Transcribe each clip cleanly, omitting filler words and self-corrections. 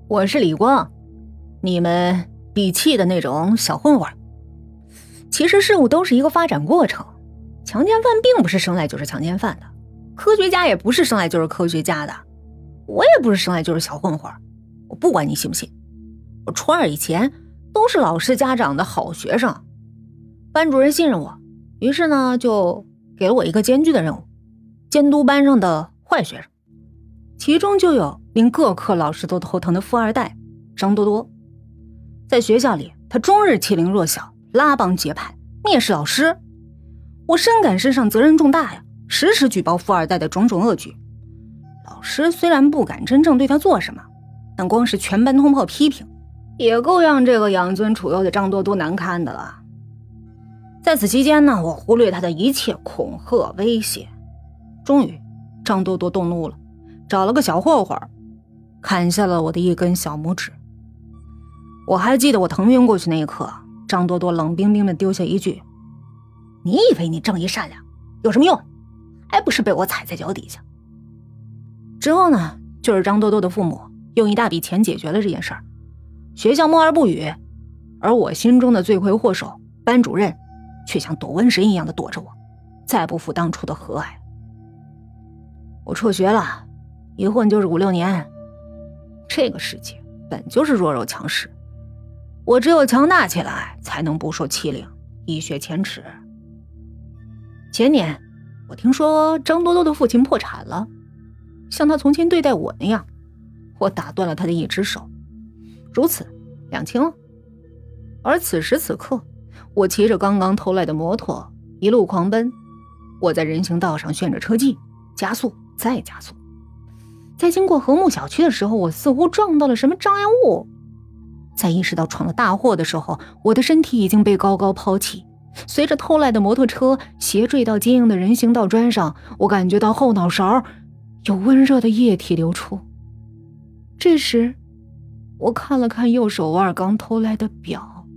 我是李光，你们鄙弃的那种小混混。其实事物都是一个发展过程，强奸犯并不是生来就是强奸犯的，科学家也不是生来就是科学家的，我也不是生来就是小混混。我不管你信不信，我初二以前都是老师家长的好学生，班主任信任我，于是呢就给了我一个艰巨的任务，监督班上的坏学生，其中就有令各科老师都头疼的富二代张多多。在学校里，他终日欺凌弱小，拉帮结派，蔑视老师。我深感身上责任重大呀，时时举报富二代的种种恶举。老师虽然不敢真正对他做什么，但光是全班通报批评，也够让这个养尊处优的张多多难堪的了。在此期间呢，我忽略他的一切恐吓威胁。终于张多多动怒了，找了个小混混砍下了我的一根小拇指。我还记得我疼晕过去那一刻，张多多冷冰冰地丢下一句：你以为你正义善良有什么用，还不是被我踩在脚底下。之后呢，就是张多多的父母用一大笔钱解决了这件事儿，学校默而不语，而我心中的罪魁祸首班主任却像躲瘟神一样的躲着我，再不复当初的和蔼。我辍学了，一混就是5、6年。这个世界本就是弱肉强食，我只有强大起来才能不受欺凌，一雪前耻。前年我听说张多多的父亲破产了，像他从前对待我那样，我打断了他的一只手，如此两清了。而此时此刻，我骑着刚刚偷来的摩托一路狂奔，我在人行道上炫着车技，加速再加速。在经过和睦小区的时候，我似乎撞到了什么障碍物。在意识到闯了大祸的时候，我的身体已经被高高抛弃，随着偷来的摩托车斜坠到坚硬的人行道砖上，我感觉到后脑勺有温热的液体流出。这时我看了看右手腕刚偷来的表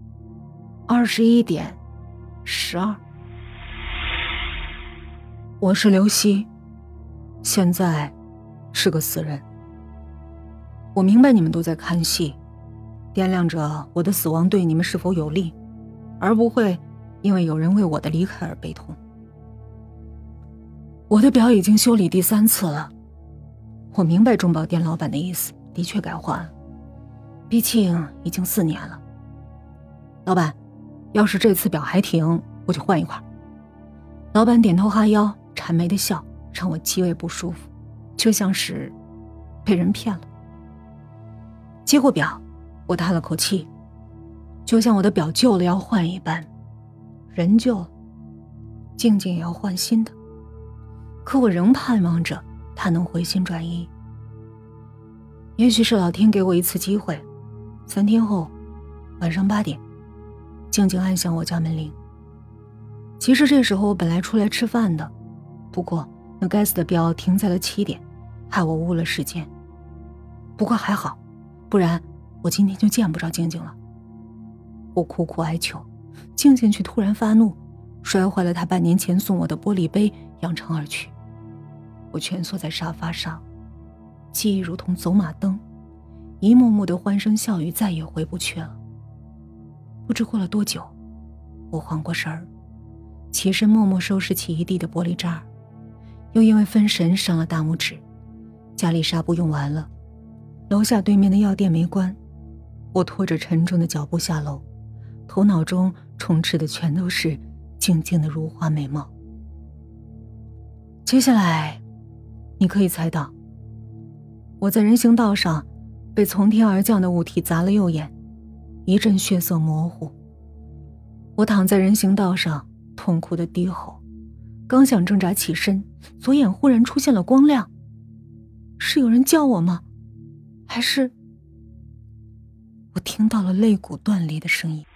，21点12。我是刘希，现在是个死人。我明白你们都在看戏，掂量着我的死亡对你们是否有利，而不会因为有人为我的离开而悲痛。我的表已经修理第3次了，我明白中宝店老板的意思，的确该换了，毕竟已经4年了。老板，要是这次表还停，我就换一块。老板点头哈腰，谄媚的笑，让我极为不舒服，就像是被人骗了。接过表，我叹了口气，就像我的表旧了要换一般，人旧了，静静也要换新的。可我仍盼望着他能回心转意。也许是老天给我一次机会，3天后晚上8点，静静按响我家门铃。其实这时候我本来出来吃饭的，不过那该死的表停在了7点，害我误了时间。不过还好，不然我今天就见不着静静了。我苦苦哀求，静静却突然发怒，摔坏了她半年前送我的玻璃杯，扬长而去。我蜷缩在沙发上，记忆如同走马灯，一幕幕的欢声笑语再也回不去了。不知过了多久，我缓过神儿，起身默默收拾起一地的玻璃渣，又因为分神伤了大拇指。家里纱布用完了，楼下对面的药店没关，我拖着沉重的脚步下楼，头脑中充斥的全都是静静的如花美貌。接下来你可以猜到，我在人行道上被从天而降的物体砸了右眼，一阵血色模糊。我躺在人行道上痛苦的低吼，刚想挣扎起身，左眼忽然出现了光亮。是有人叫我吗？还是我听到了肋骨断裂的声音？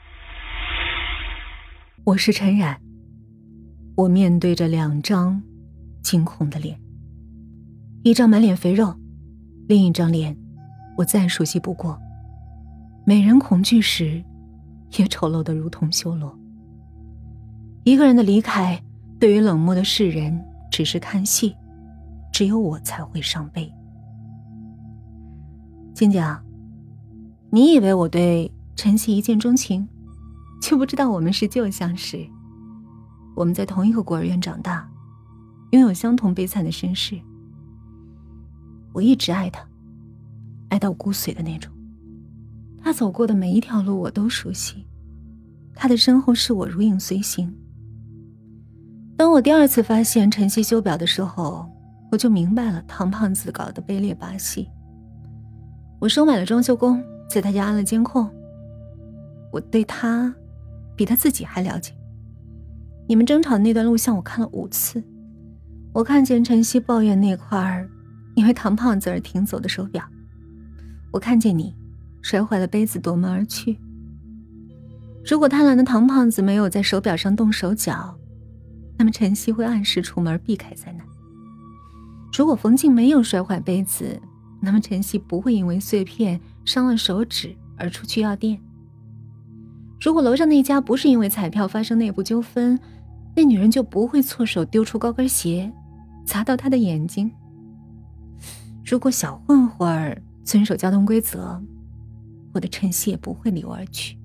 我是陈冉，我面对着2张惊恐的脸，一张满脸肥肉，另一张脸我再熟悉不过，美人恐惧时也丑陋得如同修罗。一个人的离开，对于冷漠的世人只是看戏，只有我才会伤悲。 金江，你以为我对晨曦一见钟情，却不知道我们是旧相识。我们在同一个孤儿院长大，拥有相同悲惨的身世。我一直爱他，爱到骨髓的那种。他走过的每一条路我都熟悉，他的身后是我如影随形。当我第二次发现晨曦修表的时候，我就明白了唐胖子搞的卑劣把戏。我收买了装修工，在他家安了监控。我对他比他自己还了解。你们争吵的那段录像我看了5次，我看见晨曦抱怨那块因为唐胖子而停走的手表，我看见你摔坏了杯子夺门而去。如果贪婪的唐胖子没有在手表上动手脚，那么晨曦会按时出门避开灾难。如果冯静没有摔坏杯子，那么晨曦不会因为碎片伤了手指而出去药店。如果楼上那家不是因为彩票发生内部纠纷，那女人就不会错手丢出高跟鞋砸到他的眼睛。如果小混混遵守交通规则，我的晨曦也不会离我而去。